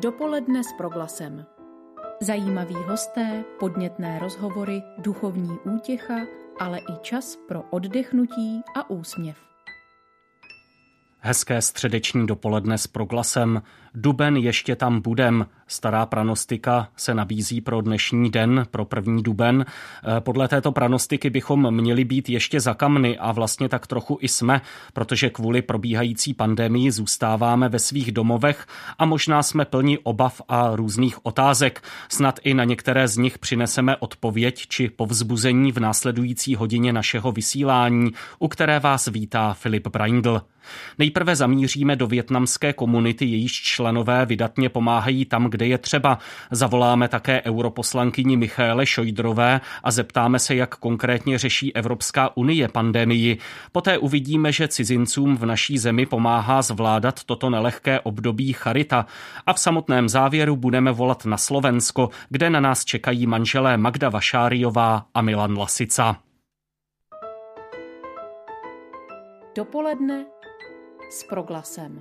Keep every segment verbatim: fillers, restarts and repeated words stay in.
Dopoledne s Proglasem. Zajímaví hosté, podnětné rozhovory, duchovní útěcha, ale i čas pro oddechnutí a úsměv. Hezké středeční dopoledne s Proglasem. Duben ještě tam budem. Stará pranostika se nabízí pro dnešní den, pro první duben. Podle této pranostiky bychom měli být ještě za kamny a vlastně tak trochu i jsme, protože kvůli probíhající pandemii zůstáváme ve svých domovech a možná jsme plni obav a různých otázek. Snad i na některé z nich přineseme odpověď či povzbuzení v následující hodině našeho vysílání, u které vás vítá Filip Braindl. Nejprve zamíříme do vietnamské komunity, jejíž členové vydatně pomáhají tam, kde je třeba. Zavoláme také europoslankyni Michaele Šojdrové a zeptáme se, jak konkrétně řeší Evropská unie pandemii. Poté uvidíme, že cizincům v naší zemi pomáhá zvládat toto nelehké období charita. A v samotném závěru budeme volat na Slovensko, kde na nás čekají manželé Magda Vašáriová a Milan Lasica. Dopoledne s Proglasem.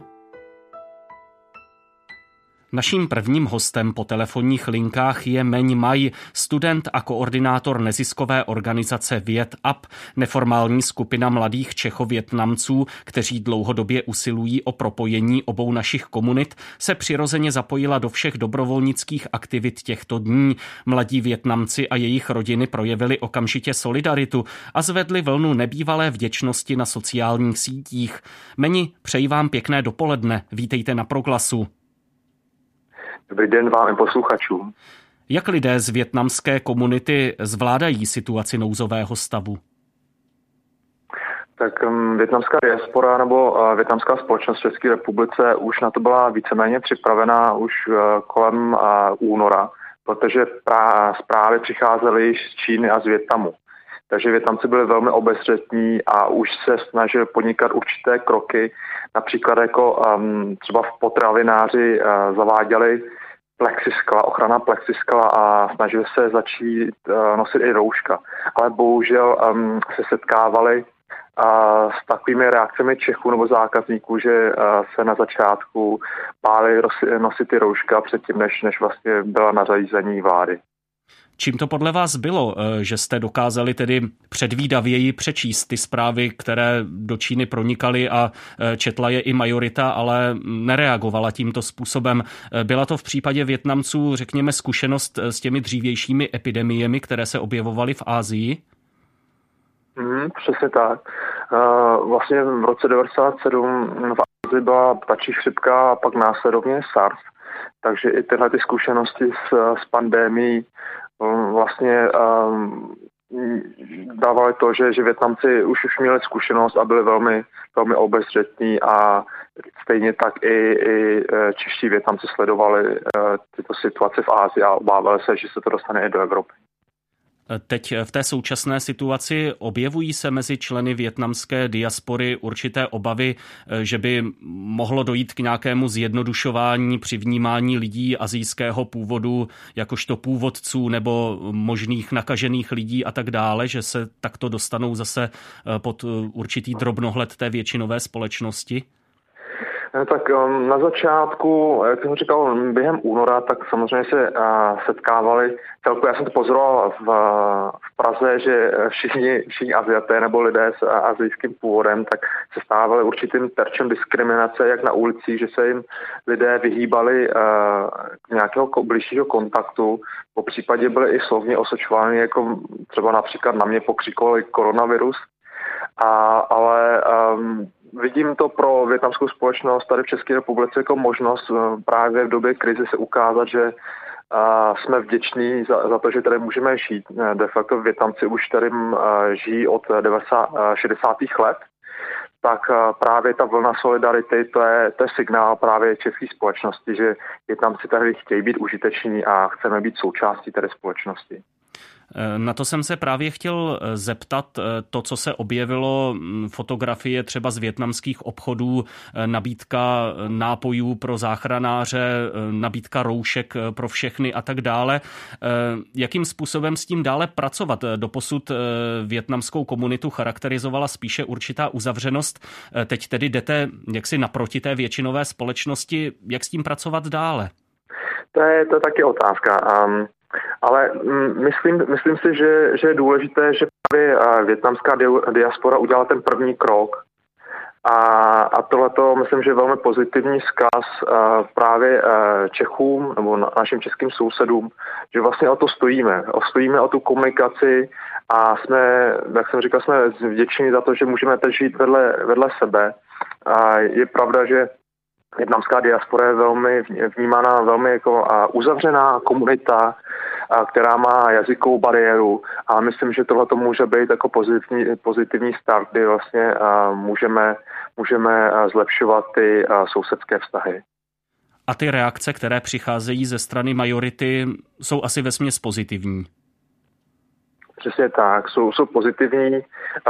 Naším prvním hostem po telefonních linkách je Meň Maj, student a koordinátor neziskové organizace VietUp, neformální skupina mladých Čecho-Vietnamců, kteří dlouhodobě usilují o propojení obou našich komunit, se přirozeně zapojila do všech dobrovolnických aktivit těchto dní. Mladí Vietnamci a jejich rodiny projevili okamžitě solidaritu a zvedli vlnu nebývalé vděčnosti na sociálních sítích. Meni, přeji vám pěkné dopoledne, vítejte na Proglasu. Dobrý den vám i posluchačům. Jak lidé z vietnamské komunity zvládají situaci nouzového stavu? Tak um, vietnamská diaspora nebo uh, vietnamská společnost v České republice už na to byla víceméně připravená už uh, kolem uh, února, protože prá- zprávy přicházely již z Číny a z Vietnamu. Takže Vietnamci byli velmi obezřetní a už se snažili podnikat určité kroky, například jako um, třeba v potravináři uh, zaváděli plexiskla, ochrana plexiskla a snažili se začít uh, nosit i rouška. Ale bohužel um, se setkávali uh, s takovými reakcemi Čechů nebo zákazníků, že uh, se na začátku báli nosit ty rouška předtím, než, než vlastně byla nařízení vlády. Čím to podle vás bylo, že jste dokázali tedy předvídavěji přečíst ty zprávy, které do Číny pronikaly a četla je i majorita, ale nereagovala tímto způsobem? Byla to v případě Vietnamců, řekněme, zkušenost s těmi dřívějšími epidemiemi, které se objevovaly v Asii? Mm, přesně tak. Vlastně v roce devadesát sedm v Asii byla ptačí chřipka a pak následovně SARS. Takže i tyhle ty zkušenosti s, s pandemií vlastně um, dávali to, že, že Vietnamci už už měli zkušenost a byli velmi, velmi obezřetní a stejně tak i, i čeští Vietnamci sledovali uh, tyto situace v Asii a obávali se, že se to dostane i do Evropy. Teď v té současné situaci objevují se mezi členy vietnamské diaspory určité obavy, že by mohlo dojít k nějakému zjednodušování při vnímání lidí asijského původu jakožto původců nebo možných nakažených lidí a tak dále, že se takto dostanou zase pod určitý drobnohled té většinové společnosti? Tak na začátku, jak jsem říkal, během února, tak samozřejmě se setkávali, celku já jsem to pozoroval v, v Praze, že všichni, všichni Aziaté nebo lidé s asijským původem, tak se stávali určitým terčem diskriminace, jak na ulicích, že se jim lidé vyhýbali k nějakého bližšího kontaktu, po případě byli i slovně osočováni, jako třeba například na mě pokřikovali koronavirus, a, ale um, vidím to pro vietnamskou společnost tady v České republice jako možnost právě v době krize se ukázat, že uh, jsme vděční za, za to, že tady můžeme žít. De facto Vietnamci už tady uh, žijí od šedesátých let, tak uh, právě ta vlna solidarity, to je, to je signál právě české společnosti, že Vietnamci tady chtějí být užiteční a chceme být součástí tady společnosti. Na to jsem se právě chtěl zeptat, to, co se objevilo, fotografie třeba z vietnamských obchodů, nabídka nápojů pro záchranáře, nabídka roušek pro všechny a tak dále. Jakým způsobem s tím dále pracovat? Doposud vietnamskou komunitu charakterizovala spíše určitá uzavřenost. Teď tedy jdete jaksi naproti té většinové společnosti. Jak s tím pracovat dále? To je, to je taky otázka. Um, ale um, myslím, myslím si, že, že je důležité, že právě uh, vietnamská diaspora udělala ten první krok. A, a tohleto myslím, že je velmi pozitivní vzkaz uh, právě uh, Čechům nebo na, našim českým sousedům, že vlastně o to stojíme. O, stojíme o tu komunikaci a jsme, jak jsem říkal, jsme vděční za to, že můžeme teď žít vedle, vedle sebe. A je pravda, že vietnamská diaspora je velmi vnímána velmi jako uzavřená komunita, která má jazykovou bariéru a myslím, že tohle to může být jako pozitivní, pozitivní start, kdy vlastně můžeme, můžeme zlepšovat ty sousedské vztahy. A ty reakce, které přicházejí ze strany majority, jsou asi vesměs pozitivní? Přesně tak, jsou, jsou pozitivní.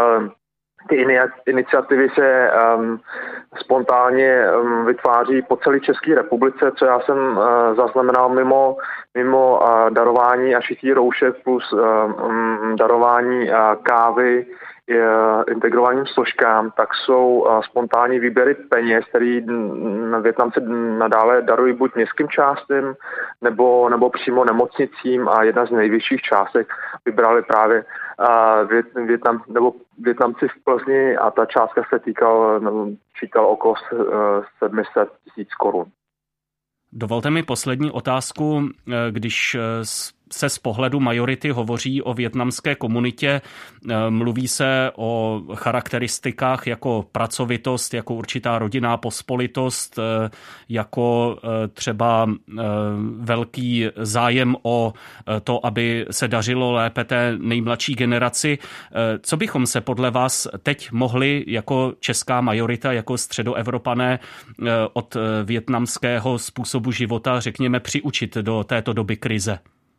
Ty iniciativy se um, spontánně um, vytváří po celé České republice, co já jsem uh, zaznamenal mimo, mimo uh, darování a šití roušek plus uh, um, darování uh, kávy uh, integrovaným složkám, tak jsou uh, spontánní výběry peněz, který Vietnamci nadále darují buď městským částem nebo, nebo přímo nemocnicím a jedna z nejvyšších částek vybrali právě uh, Vietnam, nebo Vietnamci v Plzni a ta částka se týkal, nebo čítal okolo sedm set tisíc korun. Dovolte mi poslední otázku, když se z pohledu majority hovoří o vietnamské komunitě, mluví se o charakteristikách jako pracovitost, jako určitá rodinná pospolitost, jako třeba velký zájem o to, aby se dařilo lépe té nejmladší generaci. Co bychom se podle vás teď mohli jako česká majorita, jako středoevropané od vietnamského způsobu života, řekněme, přiučit do této doby krize?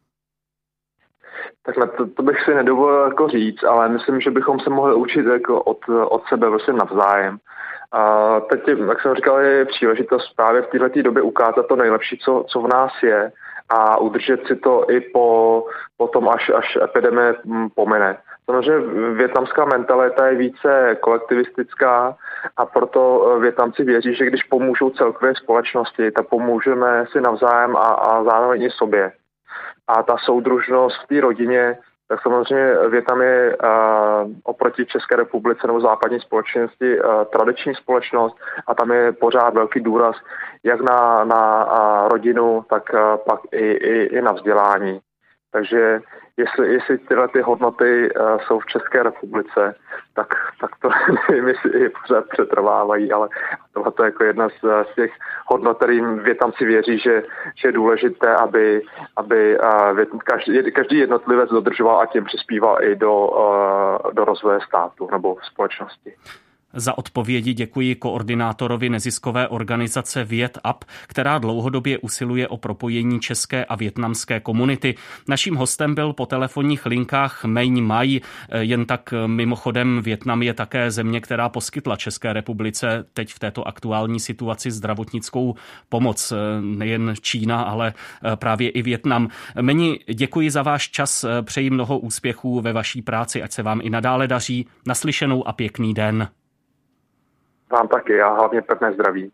Takhle to, to bych si nedovolil jako říct, ale myslím, že bychom se mohli učit jako od, od sebe vlastně navzájem. A teď, jak jsem říkal, je příležitost právě v této době ukázat to nejlepší, co, co v nás je a udržet si to i po, po tom, až, až epidemie pomine. Samozřejmě vietnamská mentalita je více kolektivistická a proto Vietnamci věří, že když pomůžou celkové společnosti, tak pomůžeme si navzájem a, a zároveň i sobě. A ta soudružnost v té rodině, tak samozřejmě Vietnam je uh, oproti České republice nebo západní společnosti uh, tradiční společnost a tam je pořád velký důraz jak na, na uh, rodinu, tak uh, pak i, i, i na vzdělání. Takže jestli, jestli tyhle ty hodnoty uh, jsou v České republice, tak, tak to nevím, jestli i pořád přetrvávají, ale tohle je jako jedna z, z těch hodnot, kterým Vietnamci věří, že, že je důležité, aby, aby uh, každý, každý jednotlivec dodržoval a tím přispíval i do, uh, do rozvoje státu nebo společnosti. Za odpovědi děkuji koordinátorovi neziskové organizace VietUp, která dlouhodobě usiluje o propojení české a vietnamské komunity. Naším hostem byl po telefonních linkách Mein Mai. Jen tak mimochodem, Vietnam je také země, která poskytla České republice teď v této aktuální situaci zdravotnickou pomoc. Nejen Čína, ale právě i Vietnam. Meni, děkuji za váš čas, přeji mnoho úspěchů ve vaší práci, ať se vám i nadále daří. Naslyšenou a pěkný den. Vám taky a hlavně pevné zdraví.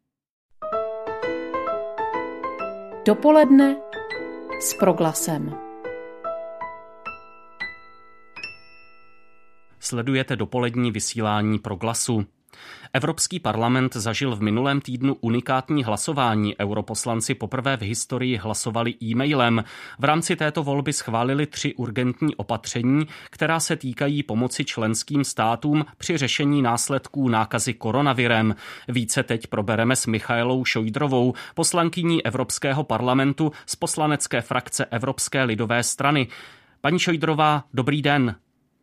Dopoledne s Proglasem. Sledujete dopolední vysílání Proglasu. Evropský parlament zažil v minulém týdnu unikátní hlasování. Europoslanci poprvé v historii hlasovali e-mailem. V rámci této volby schválili tři urgentní opatření, která se týkají pomoci členským státům při řešení následků nákazy koronavirem. Více teď probereme s Michaelou Šojdrovou, poslankyní Evropského parlamentu z poslanecké frakce Evropské lidové strany. Paní Šojdrová, dobrý den.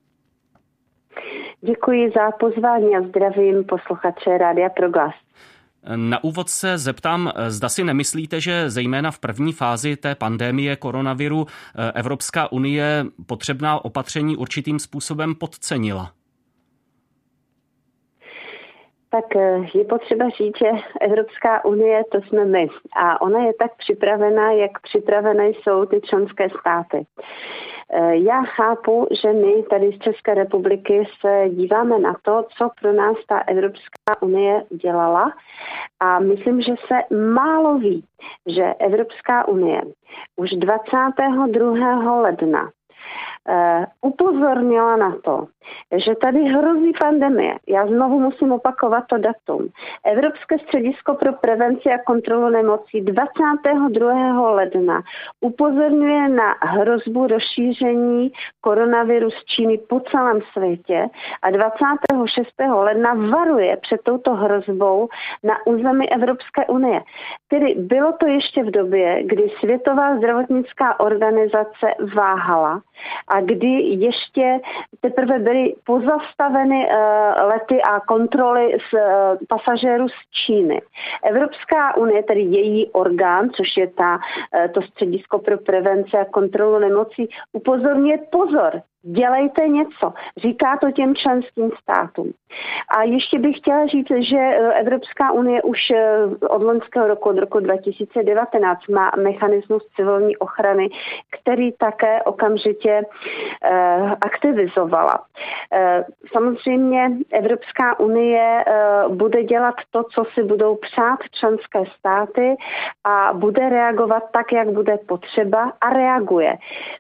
Děkuji za pozvání a zdravím posluchače Rádia Proglas. Na úvod se zeptám, zda si nemyslíte, že zejména v první fázi té pandemie koronaviru Evropská unie potřebná opatření určitým způsobem podcenila? Tak je potřeba říct, že Evropská unie to jsme my a ona je tak připravená, jak připravené jsou ty členské státy. Já chápu, že my tady z České republiky se díváme na to, co pro nás ta Evropská unie dělala a myslím, že se málo ví, že Evropská unie už dvacátého druhého ledna Uh, upozornila na to, že tady hrozí pandemie. Já znovu musím opakovat to datum. Evropské středisko pro prevenci a kontrolu nemocí dvacátého druhého ledna upozorňuje na hrozbu rozšíření koronaviru z Číny po celém světě a dvacátého šestého ledna varuje před touto hrozbou na území Evropské unie. Tedy bylo to ještě v době, kdy Světová zdravotnická organizace váhala a kdy ještě teprve byly pozastaveny uh, lety a kontroly z uh, pasažérů z Číny. Evropská unie, tedy její orgán, což je ta, uh, to středisko pro prevenci a kontrolu nemocí, upozorňuje pozor. Dělejte něco. Říká to těm členským státům. A ještě bych chtěla říct, že Evropská unie už od loňského roku, od roku dva tisíce devatenáct má mechanismus civilní ochrany, který také okamžitě eh, aktivizovala. Eh, samozřejmě Evropská unie eh, bude dělat to, co si budou přát členské státy a bude reagovat tak, jak bude potřeba a reaguje.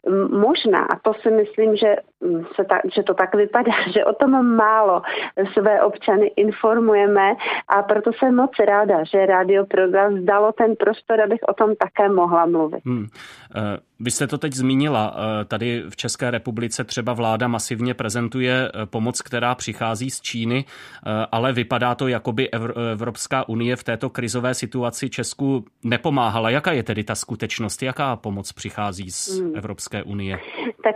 Možná, a to si myslím, že Se tak, že to tak vypadá, že o tom málo své občany informujeme a proto jsem moc ráda, že Rádio Proglas dalo ten prostor, abych o tom také mohla mluvit. Hmm. Vy jste to teď zmínila. Tady v České republice třeba vláda masivně prezentuje pomoc, která přichází z Číny, ale vypadá to, jako by Evropská unie v této krizové situaci Česku nepomáhala. Jaká je tedy ta skutečnost? Jaká pomoc přichází z hmm. Evropské unie? Tak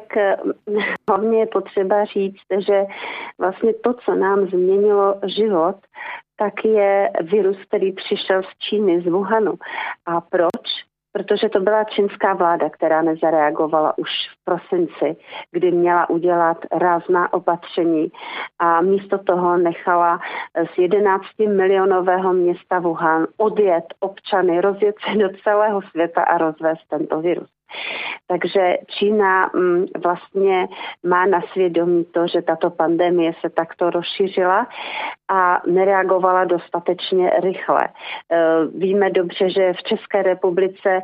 hlavně je potřeba říct, že vlastně to, co nám změnilo život, tak je virus, který přišel z Číny, z Wuhanu. A proč? Protože to byla čínská vláda, která nezareagovala už v prosinci, kdy měla udělat rázná opatření a místo toho nechala z jedenácti milionového města Wuhan odjet občany, rozjet se do celého světa a rozvést tento virus. Takže Čína vlastně má na svědomí to, že tato pandemie se takto rozšířila a nereagovala dostatečně rychle. Víme dobře, že v České republice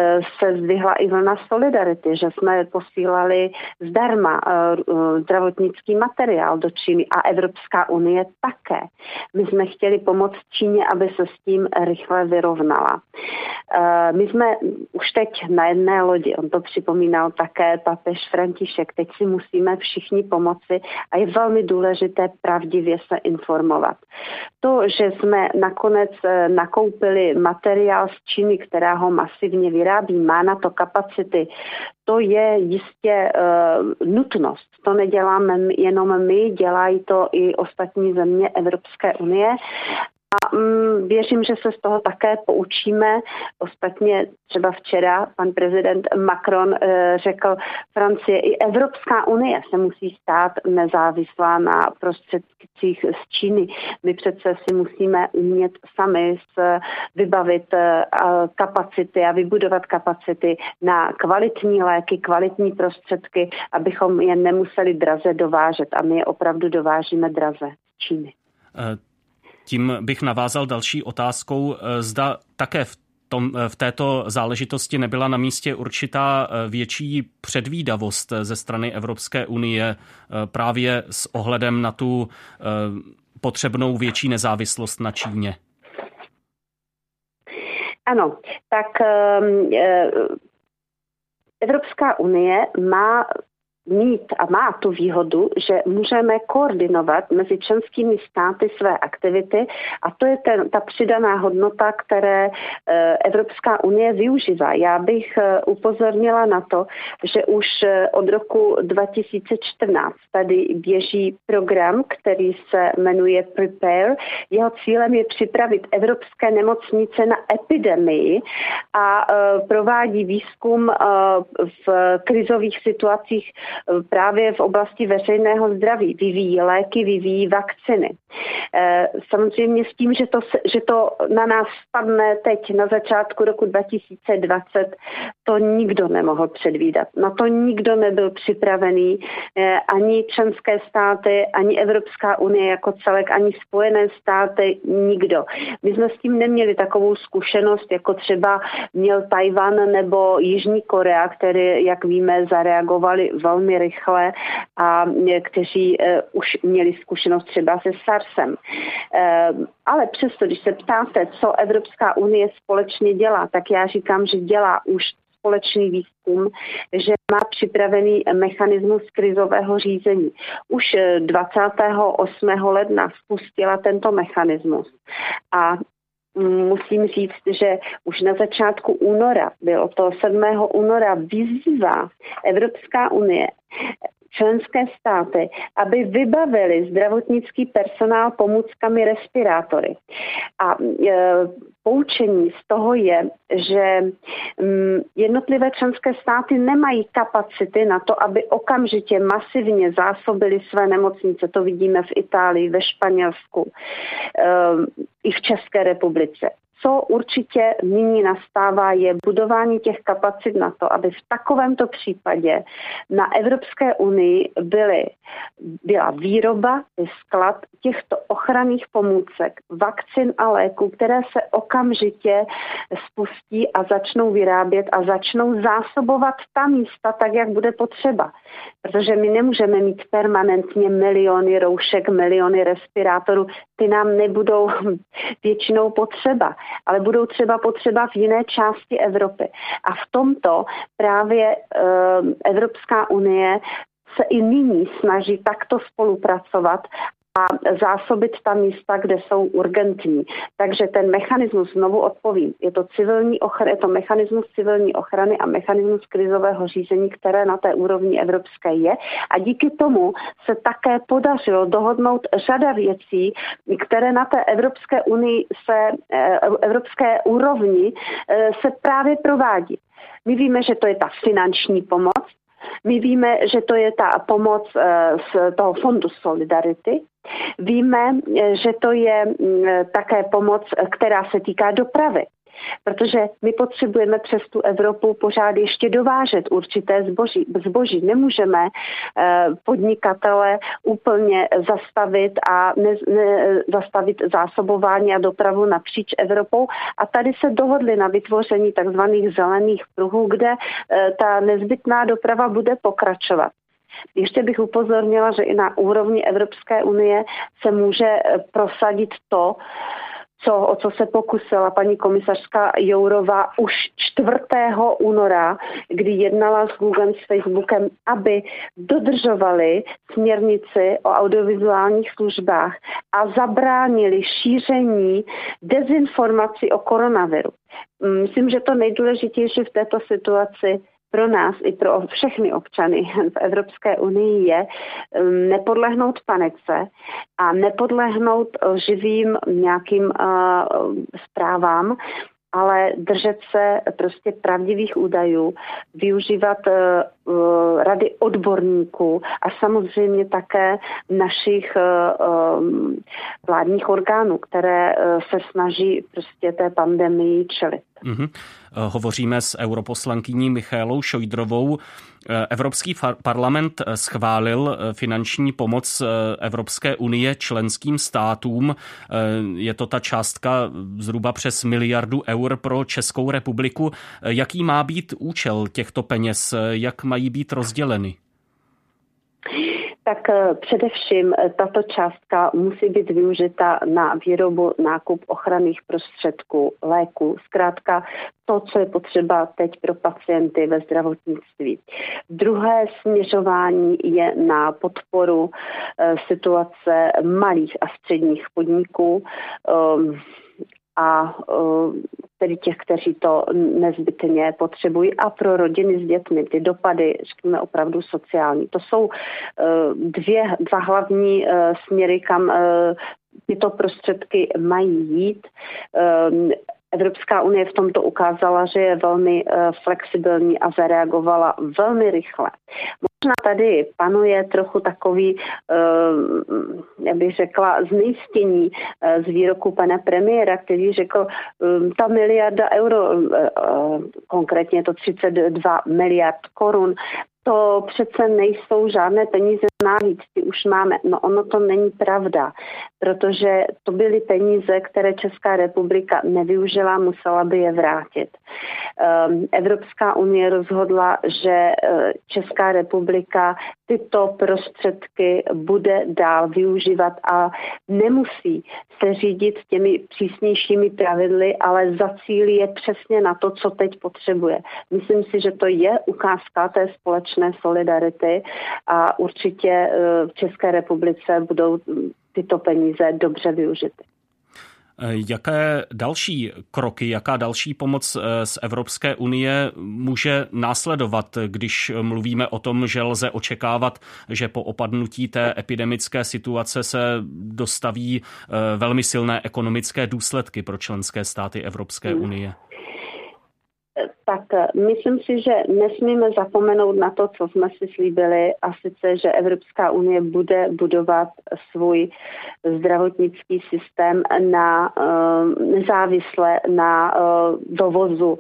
se zdvihla i vlna solidarity, že jsme posílali zdarma zdravotnický materiál do Číny a Evropská unie také. My jsme chtěli pomoct Číně, aby se s tím rychle vyrovnala. My jsme už teď na jedné lodi, on to připomínal také papež František, teď si musíme všichni pomoci a je velmi důležité pravdivě se informovat. To, že jsme nakonec nakoupili materiál z Číny, která ho masivně vyrábí, má na to kapacity, to je jistě uh, nutnost. To neděláme jenom my, dělají to i ostatní země Evropské unie. A mm, věřím, že se z toho také poučíme. Ostatně třeba včera pan prezident Macron e, řekl, Francie i Evropská unie se musí stát nezávislá na prostředcích z Číny. My přece si musíme umět sami s, vybavit e, kapacity a vybudovat kapacity na kvalitní léky, kvalitní prostředky, abychom je nemuseli draze dovážet. A my je opravdu dovážíme draze z Číny. Uh... Tím bych navázal další otázkou. Zda také v, tom, v této záležitosti nebyla na místě určitá větší předvídavost ze strany Evropské unie právě s ohledem na tu potřebnou větší nezávislost na Číně? Ano, tak Evropská unie má mít a má tu výhodu, že můžeme koordinovat mezi členskými státy své aktivity a to je ten, ta přidaná hodnota, které Evropská unie využívá. Já bych upozornila na to, že už od roku dva tisíce čtrnáct tady běží program, který se jmenuje Prepare. Jeho cílem je připravit evropské nemocnice na epidemii a provádí výzkum v krizových situacích právě v oblasti veřejného zdraví. Vyvíjí léky, vyvíjí vakciny. Samozřejmě s tím, že to, že to na nás spadne teď na začátku roku dva tisíce dvacet, to nikdo nemohl předvídat. Na to nikdo nebyl připravený, ani členské státy, ani Evropská unie jako celek, ani Spojené státy, nikdo. My jsme s tím neměli takovou zkušenost, jako třeba měl Tajvan nebo Jižní Korea, které, jak víme, zareagovali velmi rychle a kteří uh, už měli zkušenost třeba se SARSem. Uh, ale přesto, když se ptáte, co Evropská unie společně dělá, tak já říkám, že dělá už společný výzkum, že má připravený mechanismus krizového řízení. Už dvacátého osmého ledna spustila tento mechanismus a musím říct, že už na začátku února, bylo to sedmého února, vyzývá Evropská unie členské státy, aby vybavili zdravotnický personál pomůckami respirátory. A e, poučení z toho je, že m, jednotlivé členské státy nemají kapacity na to, aby okamžitě masivně zásobili své nemocnice. To vidíme v Itálii, ve Španělsku, e, i v České republice. Co určitě nyní nastává, je budování těch kapacit na to, aby v takovémto případě na Evropské unii byly, byla výroba, sklad těchto ochranných pomůcek, vakcin a léků, které se okamžitě spustí a začnou vyrábět a začnou zásobovat ta místa tak, jak bude potřeba. Protože my nemůžeme mít permanentně miliony roušek, miliony respirátorů, ty nám nebudou většinou potřeba, ale budou třeba potřeba v jiné části Evropy. A v tomto právě e, Evropská unie se i nyní snaží takto spolupracovat a zásobit ta místa, kde jsou urgentní. Takže ten mechanismus, znovu odpovím, je to civilní ochrany, je to mechanismus civilní ochrany a mechanismus krizového řízení, které na té úrovni evropské je. A díky tomu se také podařilo dohodnout řada věcí, které na té Evropské unii se, evropské úrovni se právě provádí. My víme, že to je ta finanční pomoc. My víme, že to je ta pomoc z toho fondu Solidarity. Víme, že to je také pomoc, která se týká dopravy. Protože my potřebujeme přes tu Evropu pořád ještě dovážet určité zboží. zboží. Nemůžeme podnikatele úplně zastavit a ne, ne, zastavit zásobování a dopravu napříč Evropou. A tady se dohodli na vytvoření takzvaných zelených pruhů, kde ta nezbytná doprava bude pokračovat. Ještě bych upozornila, že i na úrovni Evropské unie se může prosadit to, co, o co se pokusila paní komisařka Jourová už čtvrtého února, kdy jednala s Googlem, s Facebookem, aby dodržovali směrnici o audiovizuálních službách a zabránili šíření dezinformací o koronaviru. Myslím, že to nejdůležitější v této situaci pro nás i pro všechny občany v Evropské unii je nepodlehnout panice a nepodlehnout živým nějakým uh, zprávám, ale držet se prostě pravdivých údajů, využívat uh, rady odborníků a samozřejmě také našich uh, vládních orgánů, které uh, se snaží prostě té pandemii čelit. Mm-hmm. Hovoříme s europoslankyní Michaelou Šojdrovou. Evropský parlament schválil finanční pomoc Evropské unie členským státům. Je to ta částka zhruba přes miliardu eur pro Českou republiku. Jaký má být účel těchto peněz? Jak mají být rozděleny? Tak především tato částka musí být využita na výrobu, nákup ochranných prostředků, léků, zkrátka to, co je potřeba teď pro pacienty ve zdravotnictví. Druhé směřování je na podporu e, situace malých a středních podniků e, a tedy těch, kteří to nezbytně potřebují a pro rodiny s dětmi. Ty dopady, řekněme, opravdu sociální. To jsou dvě, dva hlavní směry, kam tyto prostředky mají jít. Evropská unie v tomto ukázala, že je velmi flexibilní a zareagovala velmi rychle. Možná tady panuje trochu takový, já bych řekla, znejistění z výroku pana premiéra, který řekl, ta miliarda euro, konkrétně je to třicet dva miliard korun, to přece nejsou žádné peníze navíc, ty už máme. No ono to není pravda, protože to byly peníze, které Česká republika nevyužila, musela by je vrátit. Evropská unie rozhodla, že Česká republika tyto prostředky bude dál využívat a nemusí se řídit těmi přísnějšími pravidly, ale zacílí je přesně na to, co teď potřebuje. Myslím si, že to je ukázka té společné solidarity a určitě v České republice budou tyto peníze dobře využity. Jaké další kroky, jaká další pomoc z Evropské unie může následovat, když mluvíme o tom, že lze očekávat, že po opadnutí té epidemické situace se dostaví velmi silné ekonomické důsledky pro členské státy Evropské unie? Tak myslím si, že nesmíme zapomenout na to, co jsme si slíbili, a sice, že Evropská unie bude budovat svůj zdravotnický systém na nezávisle na dovozu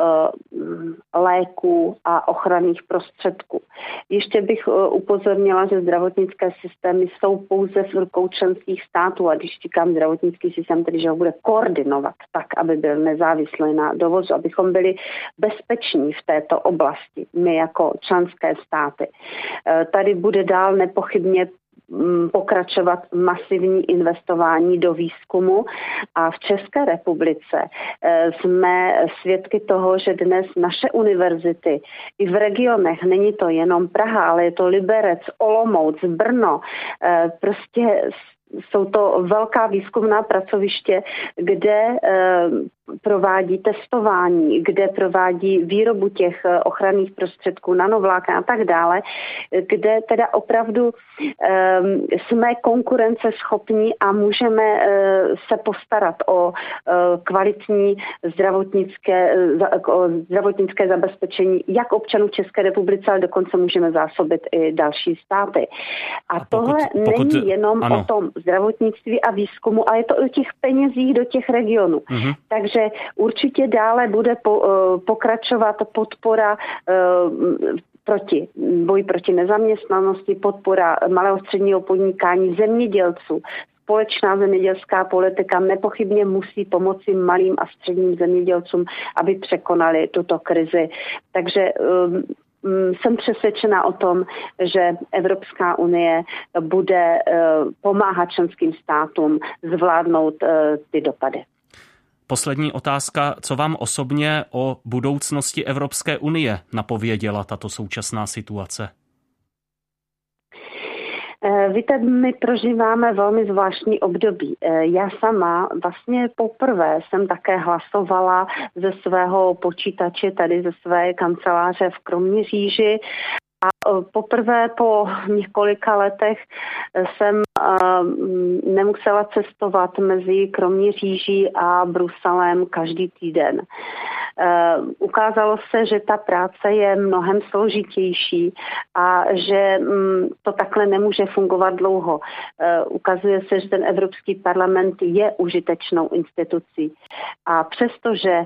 léků a ochranných prostředků. Ještě bych upozornila, že zdravotnické systémy jsou pouze v rukou členských států, a když říkám zdravotnický systém, tedy že ho bude koordinovat tak, aby byl nezávislý na dovozu, abychom byli bezpeční v této oblasti, my jako členské státy. Tady bude dál nepochybně pokračovat masivní investování do výzkumu a v České republice jsme svědky toho, že dnes naše univerzity i v regionech, není to jenom Praha, ale je to Liberec, Olomouc, Brno, prostě jsou to velká výzkumná pracoviště, kde provádí testování, kde provádí výrobu těch ochranných prostředků, nanovláken a tak dále, kde teda opravdu um, jsme konkurenceschopní a můžeme uh, se postarat o uh, kvalitní zdravotnické, o zdravotnické zabezpečení jak občanů České republice, ale dokonce můžeme zásobit i další státy. A, a pokud, tohle pokud, není jenom ano. o tom zdravotnictví a výzkumu, ale je to o těch penězích do těch regionů. Mm-hmm. Takže že určitě dále bude po, pokračovat podpora proti boji proti nezaměstnanosti, podpora malého středního podnikání zemědělců. Společná zemědělská politika nepochybně musí pomoci malým a středním zemědělcům, aby překonali tuto krizi. Takže um, jsem přesvědčena o tom, že Evropská unie bude uh, pomáhat členským státům zvládnout uh, ty dopady. Poslední otázka, co vám osobně o budoucnosti Evropské unie napověděla tato současná situace? Víte, my prožíváme velmi zvláštní období. Já sama vlastně poprvé jsem také hlasovala ze svého počítače, tady ze své kanceláře v Kroměříži. A poprvé po několika letech jsem nemusela cestovat mezi Kroměříží a Bruselem každý týden. Ukázalo se, že ta práce je mnohem složitější a že to takhle nemůže fungovat dlouho. Ukazuje se, že ten Evropský parlament je užitečnou institucí. A přestože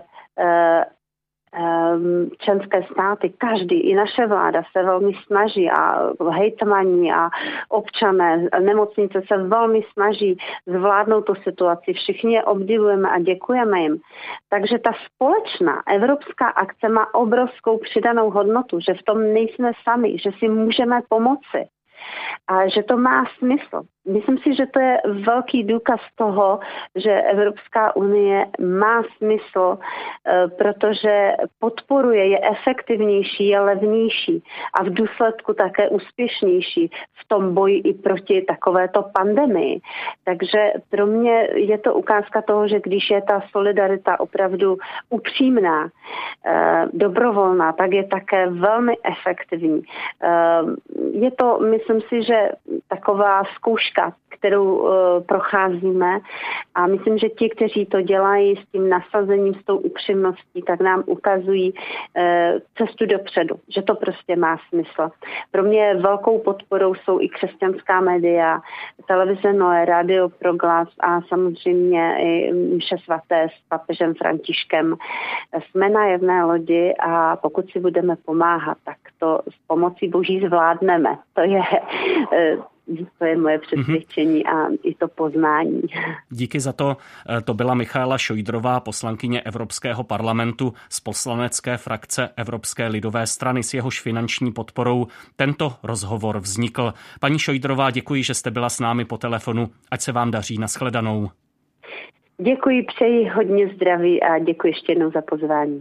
členské státy, každý, i naše vláda se velmi snaží a hejtmani a občané, nemocnice se velmi snaží zvládnout tu situaci. Všichni je obdivujeme a děkujeme jim. Takže ta společná evropská akce má obrovskou přidanou hodnotu, že v tom nejsme sami, že si můžeme pomoci a že to má smysl. Myslím si, že to je velký důkaz toho, že Evropská unie má smysl, protože podporuje, je efektivnější, je levnější a v důsledku také úspěšnější v tom boji i proti takovéto pandemii. Takže pro mě je to ukázka toho, že když je ta solidarita opravdu upřímná, dobrovolná, tak je také velmi efektivní. Je to, myslím si, že taková zkouška zkouška, kterou uh, procházíme a myslím, že ti, kteří to dělají s tím nasazením, s tou upřímností, tak nám ukazují uh, cestu dopředu, že to prostě má smysl. Pro mě velkou podporou jsou i křesťanská média, televize Noé, Radio Proglas a samozřejmě i mše svaté s papežem Františkem. Jsme na jedné lodi a pokud si budeme pomáhat, tak to s pomocí Boží zvládneme. To je, to je moje přesvědčení mm-hmm. a i to poznání. Díky za to. To byla Michaela Šojdrová, poslankyně Evropského parlamentu z poslanecké frakce Evropské lidové strany, s jehož finanční podporou tento rozhovor vznikl. Paní Šojdrová, děkuji, že jste byla s námi po telefonu. Ať se vám daří. Nashledanou. Děkuji, přeji hodně zdraví a děkuji ještě jednou za pozvání.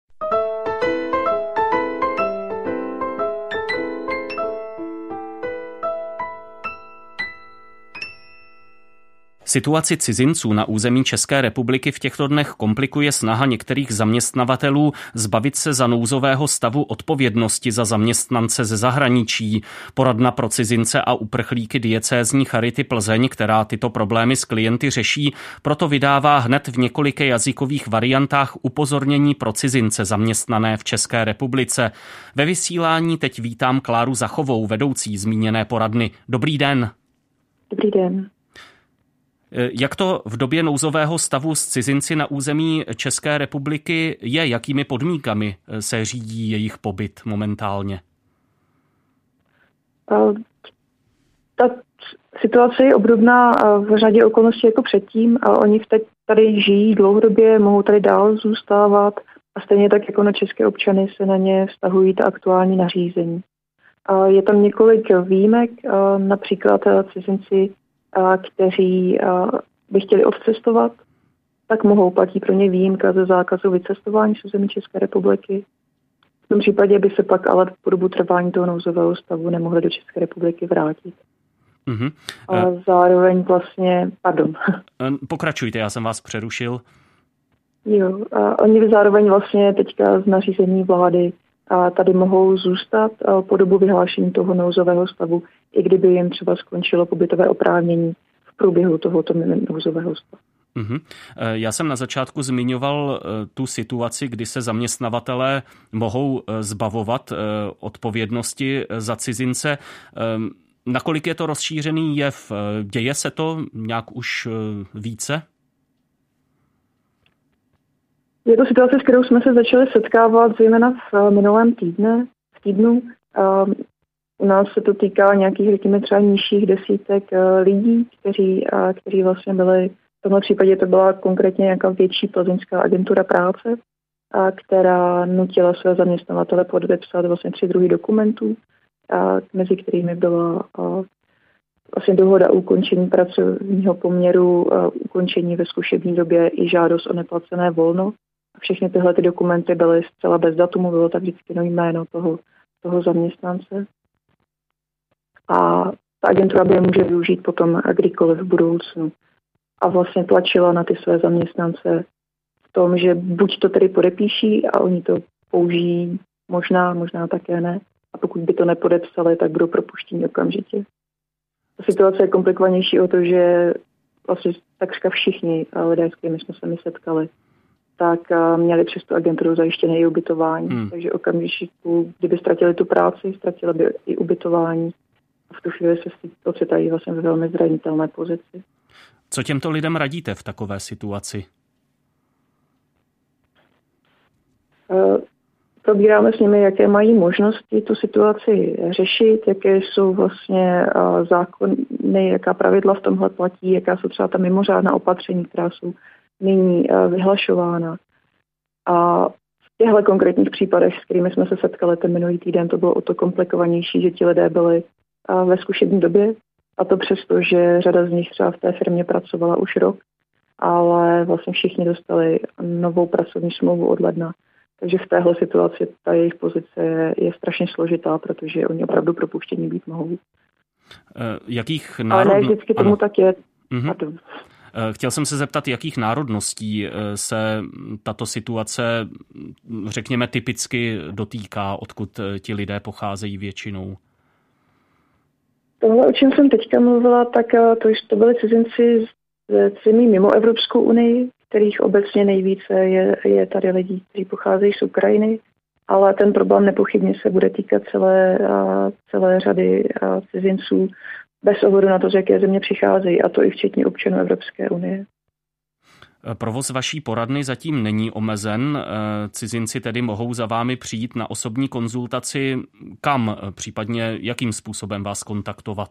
Situaci cizinců na území České republiky v těchto dnech komplikuje snaha některých zaměstnavatelů zbavit se za nouzového stavu odpovědnosti za zaměstnance ze zahraničí. Poradna pro cizince a uprchlíky diecézní Charity Plzeň, která tyto problémy s klienty řeší, proto vydává hned v několika jazykových variantách upozornění pro cizince zaměstnané v České republice. Ve vysílání teď vítám Kláru Zachovou, vedoucí zmíněné poradny. Dobrý den. Dobrý den. Jak to v době nouzového stavu s cizinci na území České republiky je? Jakými podmínkami se řídí jejich pobyt momentálně? Ta situace je obdobná v řadě okolností jako předtím. Oni teď tady žijí dlouhodobě, mohou tady dál zůstávat a stejně tak jako na české občany se na ně vztahují ta aktuální nařízení. Je tam několik výjimek, například cizinci, kteří by chtěli odcestovat, tak mohou, platí pro ně výjimka ze zákazu vycestování z území České republiky. V tom případě by se pak ale po dobu trvání toho nouzového stavu nemohli do České republiky vrátit. Mm-hmm. A zároveň vlastně, pardon. Pokračujte, já jsem vás přerušil. Jo, a oni zároveň vlastně teďka z nařízení vlády a tady mohou zůstat po dobu vyhlášení toho nouzového stavu, i kdyby jim třeba skončilo pobytové oprávnění v průběhu tohoto nouzového stavu. Uhum. Já jsem na začátku zmiňoval tu situaci, kdy se zaměstnavatelé mohou zbavovat odpovědnosti za cizince. Nakolik je to rozšířený jev? Děje se to nějak už více? Je to situace, s kterou jsme se začali setkávat zejména v minulém týdne, v týdnu. U nás se to týká nějakých, řekněme, třeba nižších desítek lidí, kteří, kteří vlastně byli, v tomhle případě to byla konkrétně nějaká větší plzeňská agentura práce, která nutila své zaměstnavatele podepsat vlastně tři druhy dokumentů, mezi kterými byla vlastně dohoda o ukončení pracovního poměru, ukončení ve zkušební době i žádost o neplacené volno. Všechny tyhle ty dokumenty byly zcela bez datumu, bylo tak vždycky no jméno toho, toho zaměstnance. A ta agentura by je může využít potom kdykoliv v budoucnu. A vlastně tlačila na ty své zaměstnance v tom, že buď to tedy podepíší a oni to použijí, možná, možná také ne. A pokud by to nepodepsali, tak budou propuštěni okamžitě. Ta situace je komplikovanější o to, že vlastně takřka všichni lidé, s kterými jsme se my setkali, tak měli přes tu agenturu zajištěné i ubytování. Hmm. Takže okamžiku, kdyby ztratili tu práci, ztratili by i ubytování. A v tu chvíli se ocitají vlastně ve velmi zranitelné pozici. Co těmto lidem radíte v takové situaci? Uh, probíráme s nimi, jaké mají možnosti tu situaci řešit, jaké jsou vlastně uh, zákony, jaká pravidla v tomhle platí, jaká jsou třeba ta mimořádná opatření, která jsou nyní uh, vyhlašována. A v těchto konkrétních případech, s kterými jsme se setkali ten minulý týden, to bylo o to komplikovanější, že ti lidé byli uh, ve zkušební době, a to přesto, že řada z nich třeba v té firmě pracovala už rok, ale vlastně všichni dostali novou pracovní smlouvu od ledna. Takže v téhle situaci ta jejich pozice je, je strašně složitá, protože oni opravdu propuštění být mohou. Jakých národ... Ale ne vždycky tomu ano. tak je. Mhm. Chtěl jsem se zeptat, jakých národností se tato situace, řekněme, typicky dotýká, odkud ti lidé pocházejí většinou? Tohle, o čem jsem teďka mluvila, tak to, to byly cizinci z zemí mimo Evropskou unii, kterých obecně nejvíce je, je tady lidí, kteří pocházejí z Ukrajiny, ale ten problém nepochybně se bude týkat celé, celé řady cizinců bez ohledu na to, z jaké země přicházejí, a to i včetně občanů Evropské unie. Provoz vaší poradny zatím není omezen. Cizinci tedy mohou za vámi přijít na osobní konzultaci. Kam, případně jakým způsobem vás kontaktovat?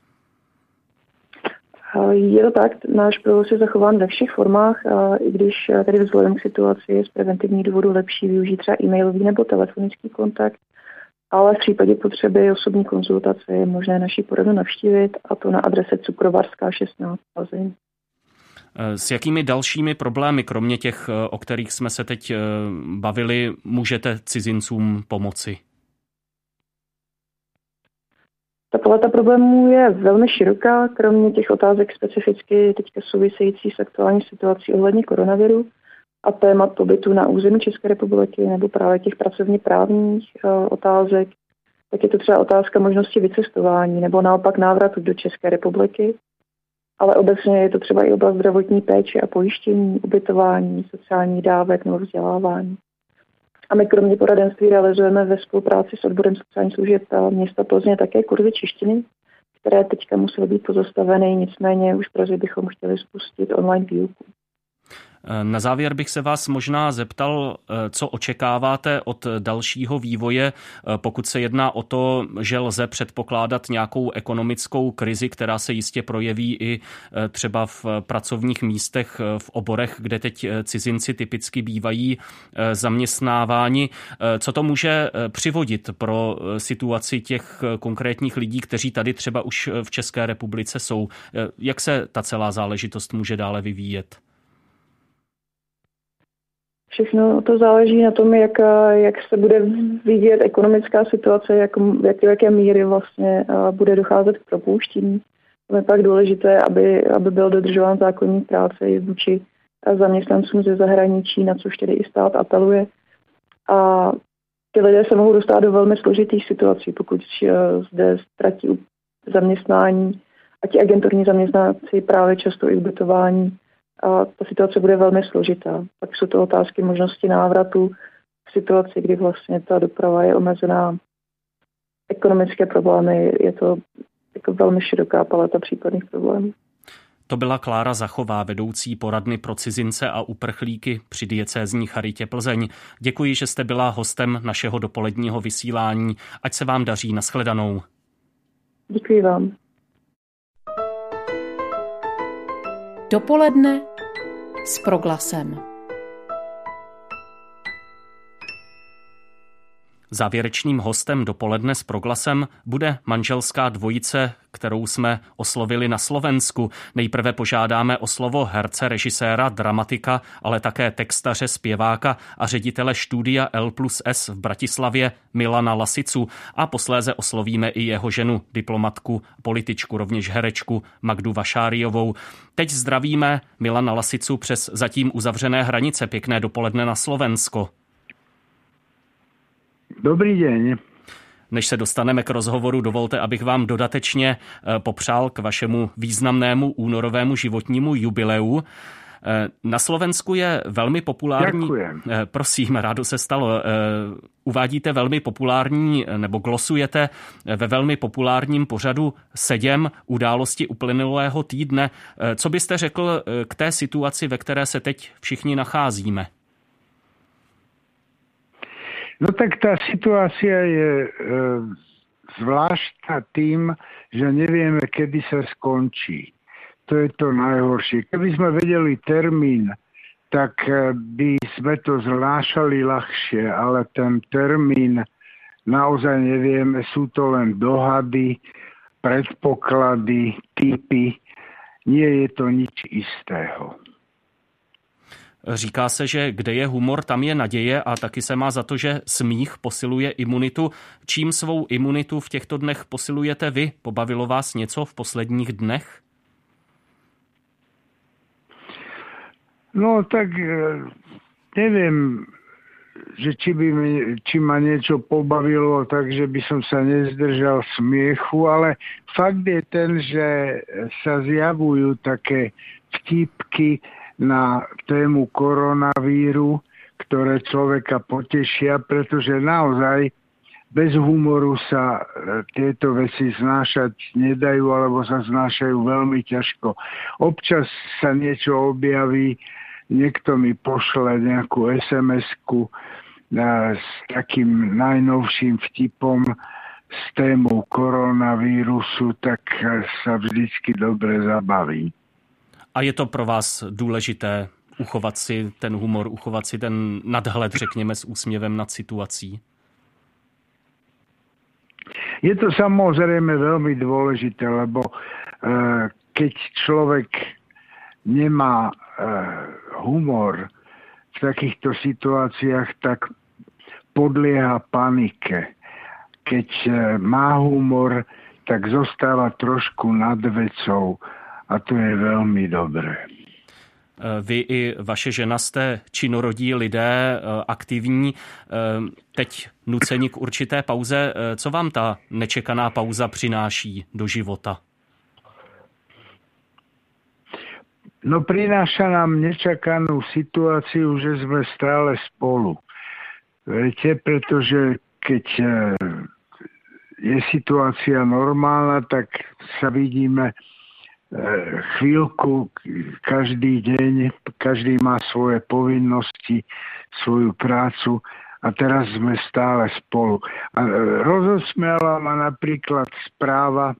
Je to tak, náš provoz je zachován ve všech formách, i když tady vzhledem k situaci je z preventivních důvodů lepší využít třeba e-mailový nebo telefonický kontakt, ale v případě potřeby osobní konzultace je možné naši poradnu navštívit, a to na adrese Cukrovarská šestnáct Plzeň. S jakými dalšími problémy, kromě těch, o kterých jsme se teď bavili, můžete cizincům pomoci? Ta paleta problémů je velmi široká, kromě těch otázek specificky teďka související s aktuální situací ohledně koronaviru a témat pobytu na území České republiky nebo právě těch pracovně právních otázek, tak je to třeba otázka možnosti vycestování nebo naopak návratu do České republiky. Ale obecně je to třeba i oblast zdravotní péče a pojištění, ubytování, sociální dávek nebo vzdělávání. A my kromě poradenství realizujeme ve spolupráci s odborem sociálních služeb města Plzně také kurzy češtiny, které teďka musely být pozastaveny, nicméně už brzy bychom chtěli spustit online výuku. Na závěr bych se vás možná zeptal, co očekáváte od dalšího vývoje, pokud se jedná o to, že lze předpokládat nějakou ekonomickou krizi, která se jistě projeví i třeba v pracovních místech, v oborech, kde teď cizinci typicky bývají zaměstnáváni. Co to může přivodit pro situaci těch konkrétních lidí, kteří tady třeba už v České republice jsou? Jak se ta celá záležitost může dále vyvíjet? Všechno to záleží na tom, jak, jak se bude vyvíjet ekonomická situace, jak, jak, jaké míry vlastně bude docházet k propouštění. To je pak důležité, aby, aby byl dodržován zákoník práce i vůči zaměstnancům ze zahraničí, na což tedy i stát apeluje. A ty lidé se mohou dostat do velmi složitých situací, pokud zde ztratí zaměstnání a ti agenturní zaměstnanci právě často i ubytování. A ta situace bude velmi složitá. Pak jsou to otázky možnosti návratu v situaci, kdy vlastně ta doprava je omezená. Ekonomické problémy, je to jako velmi široká paleta případných problémů. To byla Klára Zachová, vedoucí poradny pro cizince a uprchlíky při diecézní charitě Plzeň. Děkuji, že jste byla hostem našeho dopoledního vysílání. Ať se vám daří. Nashledanou. Děkuji vám. Dopoledne s Proglasem. Závěrečným hostem Dopoledne s Proglasem bude manželská dvojice, kterou jsme oslovili na Slovensku. Nejprve požádáme o slovo herce, režiséra, dramatika, ale také textaře, zpěváka a ředitele studia L plus S v Bratislavě Milana Lasicu a posléze oslovíme i jeho ženu, diplomatku, političku, rovněž herečku Magdu Vašáriovou. Teď zdravíme Milana Lasicu přes zatím uzavřené hranice. Pěkné dopoledne na Slovensko. Dobrý deň. Než se dostaneme k rozhovoru, dovolte, abych vám dodatečně popřál k vašemu významnému únorovému životnímu jubileu. Na Slovensku je velmi populární... Ďakujem. Prosím, rádo se stalo. Uvádíte velmi populární, nebo glosujete ve velmi populárním pořadu Sedem události uplynulého týdne. Co byste řekl k té situaci, ve které se teď všichni nacházíme? No tak tá situácia je e, zvláštna tým, že nevieme, kedy sa skončí. To je to najhoršie. Keby sme vedeli termín, tak by sme to znášali ľahšie, ale ten termín naozaj nevieme. Sú to len dohady, predpoklady, typy. Nie je to nič istého. Říká se, že kde je humor, tam je naděje a taky se má za to, že smích posiluje imunitu. Čím svou imunitu v těchto dnech posilujete vy? Pobavilo vás něco v posledních dnech? No tak neviem, že či, by mi, či ma niečo pobavilo, takže by som sa nezdržal smiechu, ale fakt je ten, že sa zjavujú také vtipky na tému koronavíru, ktoré človeka potešia, pretože naozaj bez humoru sa tieto veci znášať nedajú, alebo sa znášajú veľmi ťažko. Občas sa niečo objaví, niekto mi pošle nejakú es em esku s takým najnovším vtipom s témou koronavírusu, tak sa vždycky dobre zabaví. A je to pro vás důležité uchovat si ten humor, uchovat si ten nadhled, řekněme, s úsměvem nad situací? Je to samozrejme veľmi dôležité, lebo e, keď človek nemá e, humor v takýchto situáciách, tak podlieha panike. Keď e, má humor, tak zostáva trošku nad vecou a to je veľmi dobré. Vy i vaše žena jste činorodí lidé, aktivní, teď nuceni k určité pauze. Co vám ta nečekaná pauza přináší do života? No prináša nám nečakanú situáciu, že sme stále spolu. Viete, pretože keď je situácia normálna, tak sa vidíme chvíľku, každý deň, každý má svoje povinnosti, svoju prácu a teraz sme stále spolu. A rozosmiala ma napríklad správa,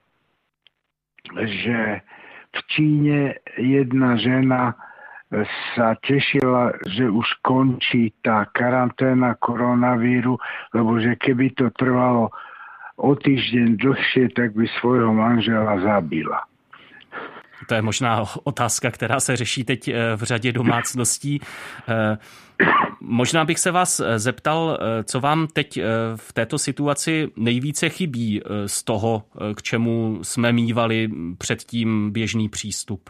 že v Číne jedna žena sa tešila, že už končí tá karanténa koronavíru, lebo že keby to trvalo o týždeň dlhšie, tak by svojho manžela zabila. To je možná otázka, která se řeší teď v řadě domácností. Možná bych se vás zeptal, co vám teď v této situaci nejvíce chybí z toho, k čemu jsme mívali předtím běžný přístup.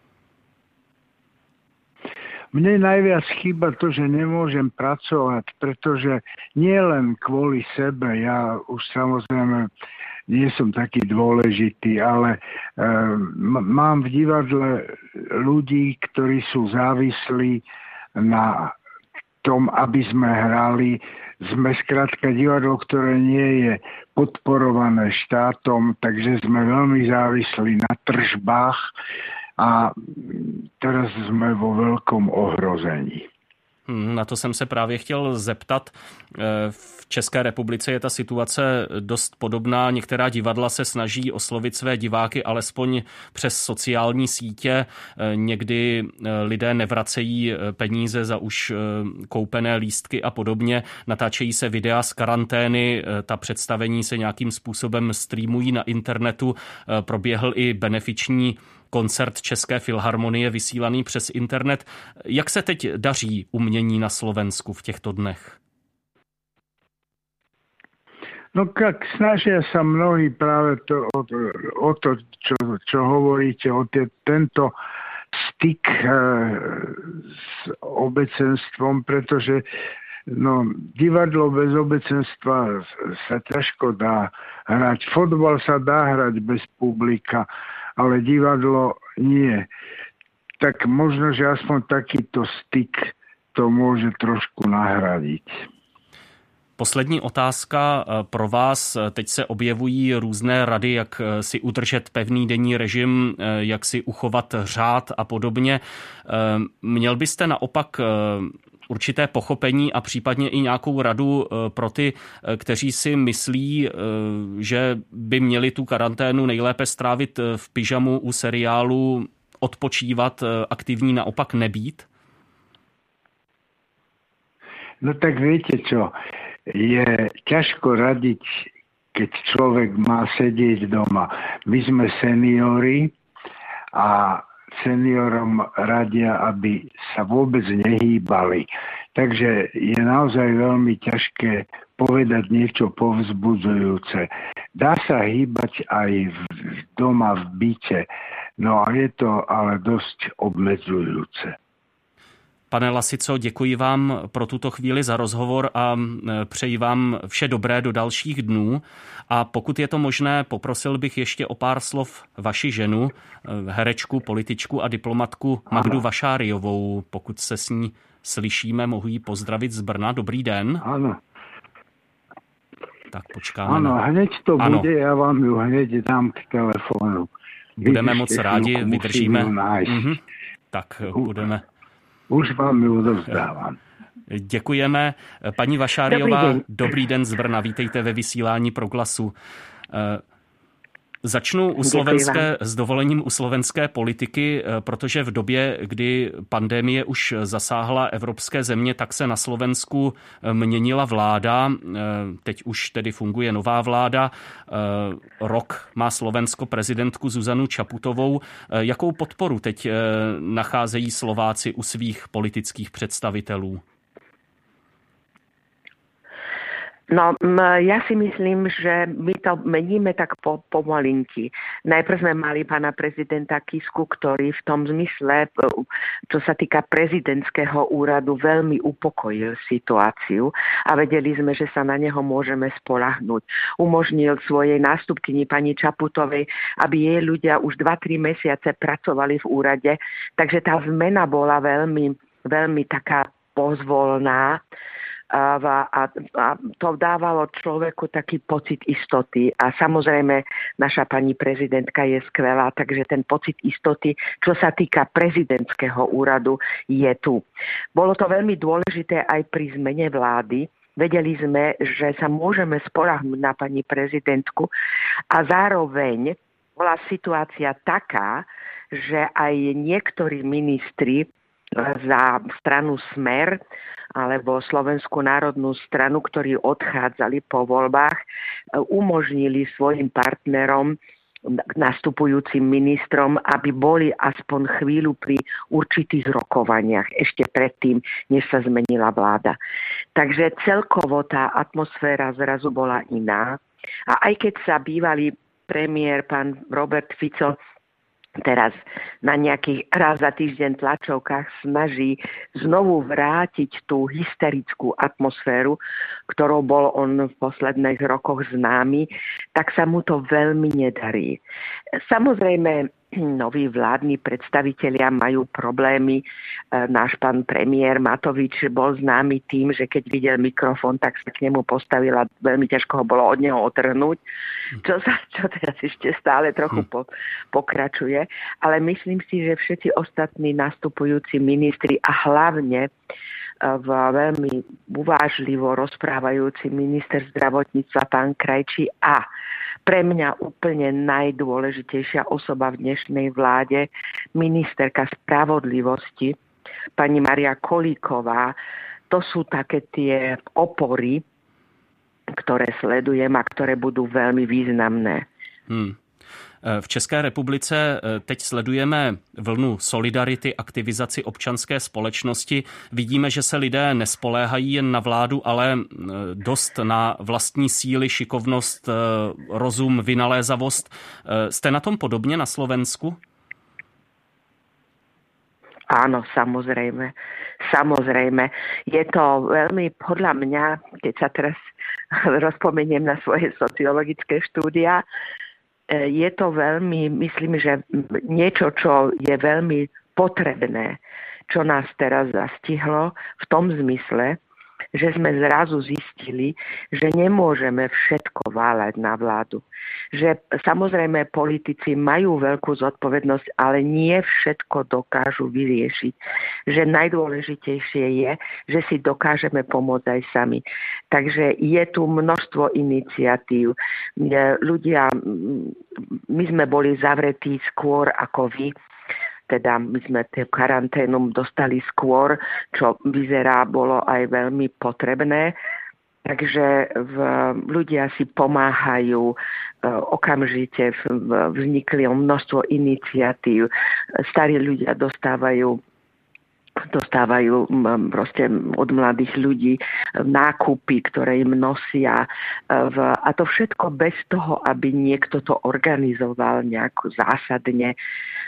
Mne najviac chýba to, že nemôžem pracovať, pretože nie len kvôli sebe, ja už samozrejme nie som taký dôležitý, ale e, m- mám v divadle ľudí, ktorí sú závislí na tom, aby sme hrali. Sme skrátka divadlo, ktoré nie je podporované štátom, takže sme veľmi závislí na tržbách a teraz sme vo veľkom ohrození. Na to jsem se právě chtěl zeptat. V České republice je ta situace dost podobná. Některá divadla se snaží oslovit své diváky alespoň přes sociální sítě. Někdy lidé nevracejí peníze za už koupené lístky a podobně. Natáčejí se videa z karantény, ta představení se nějakým způsobem streamují na internetu. Proběhl i benefiční koncert České filharmonie vysílaný přes internet. Jak se teď daří umění na Slovensku v těchto dnech? No tak snažia sa mnohí práve to, o, o to, čo, čo hovoríte, o te, tento styk e, s obecenstvom, pretože no, divadlo bez obecenstva sa ťažko dá hrať. Fotbal sa dá hrať bez publika, ale divadlo nie. Tak možno, že aspoň takýto styk to môže trošku nahradiť. Poslední otázka pro vás. Teď se objevují různé rady, jak si udržet pevný denní režim, jak si uchovat řád a podobně. Měl byste naopak určité pochopení a případně i nějakou radu pro ty, kteří si myslí, že by měli tu karanténu nejlépe strávit v pyžamu u seriálu, odpočívat, aktivní naopak nebýt? No tak viete čo, je ťažko radiť, keď človek má sedieť doma. My sme seniori a seniorom radia, aby sa vôbec nehýbali. Takže je naozaj veľmi ťažké povedať niečo povzbudzujúce. Dá sa hýbať aj v, doma v byte, no a je to ale dosť obmedzujúce. Pane Lasico, děkuji vám pro tuto chvíli za rozhovor a přeji vám vše dobré do dalších dnů. A pokud je to možné, poprosil bych ještě o pár slov vaši ženu, herečku, političku a diplomatku Magdu Vašáriovou. Pokud se s ní slyšíme, mohu ji pozdravit z Brna. Dobrý den. Ano. Tak počkáme. Ano, na... hned to ano. bude, já vám ju hned dám k telefonu. Budeme moc rádi, vydržíme. Mm-hmm. Tak budeme. Už vám ju odovzdávám. Děkujeme. Paní Vašáriová, dobrý den. Dobrý den z Brna. Vítejte ve vysílání Proglasu. Začnu u slovenské, s dovolením u slovenské politiky, protože v době, kdy pandemie už zasáhla evropské země, tak se na Slovensku měnila vláda. Teď už tedy funguje nová vláda. Rok má Slovensko prezidentku Zuzanu Čaputovou. Jakou podporu teď nacházejí Slováci u svých politických představitelů? No, ja si myslím, že my to meníme tak po, pomalinky. Najprv sme mali pána prezidenta Kisku, ktorý v tom zmysle, čo sa týka prezidentského úradu, veľmi upokojil situáciu a vedeli sme, že sa na neho môžeme spoľahnúť. Umožnil svojej nástupkyni pani Čaputovej, aby jej ľudia už dva tri mesiace pracovali v úrade, takže tá zmena bola veľmi, veľmi taká pozvolná. A, a, a to dávalo človeku taký pocit istoty a samozrejme naša pani prezidentka je skvelá, takže ten pocit istoty, čo sa týka prezidentského úradu, je tu. Bolo to veľmi dôležité aj pri zmene vlády. Vedeli sme, že sa môžeme spoľahnúť na pani prezidentku a zároveň bola situácia taká, že aj niektorí ministri za stranu Smer alebo Slovenskú národnú stranu, ktorí odchádzali po voľbách, umožnili svojim partnerom, nastupujúcim ministrom, aby boli aspoň chvíľu pri určitých rokovaniach ešte predtým, než sa zmenila vláda. Takže celkovo tá atmosféra zrazu bola iná. A aj keď sa bývalý premiér pán Robert Fico teraz na nejakých raz za týždeň tlačovkách snaží znovu vrátiť tú hysterickú atmosféru, ktorou bol on v posledných rokoch známy, tak sa mu to veľmi nedarí. Samozrejme, noví vládni predstavitelia majú problémy. Náš pán premiér Matovič bol známy tým, že keď videl mikrofón, tak sa k nemu postavila, veľmi ťažko ho bolo od neho otrhnúť, čo, sa, čo teraz ešte stále trochu po, pokračuje. Ale myslím si, že všetci ostatní nastupujúci ministri a hlavne v veľmi uvážlivo rozprávajúci minister zdravotníctva pán Krajčí a pre mňa úplne najdôležitejšia osoba v dnešnej vláde, ministerka spravodlivosti, pani Maria Kolíková. To sú také tie opory, ktoré sledujem a ktoré budú veľmi významné. Hmm. V České republice teď sledujeme vlnu solidarity, aktivizaci občanské společnosti. Vidíme, že se lidé nespoléhají jen na vládu, ale dost na vlastní síly, šikovnost, rozum, vynalézavost. Jste na tom podobně na Slovensku? Áno, samozrejme. Samozrejme. Je to veľmi, podľa mňa, keď sa teraz rozpomeniem na svoje sociologické štúdia, je to veľmi, myslím, že niečo, čo je veľmi potrebné, čo nás teraz zastihlo v tom zmysle, že sme zrazu zistili, že nemôžeme všetko váľať na vládu. Že samozrejme politici majú veľkú zodpovednosť, ale nie všetko dokážu vyriešiť. Že najdôležitejšie je, že si dokážeme pomôcť aj sami. Takže je tu množstvo iniciatív. Ľudia, my sme boli zavretí skôr ako vy, teda my sme tú karanténu dostali skôr, čo vyzerá bolo aj veľmi potrebné. Takže v, ľudia si pomáhajú, okamžite vznikli množstvo iniciatív. Starí ľudia dostávajú dostávajú proste od mladých ľudí nákupy, ktoré im nosia. A to všetko bez toho, aby niekto to organizoval nejako zásadne.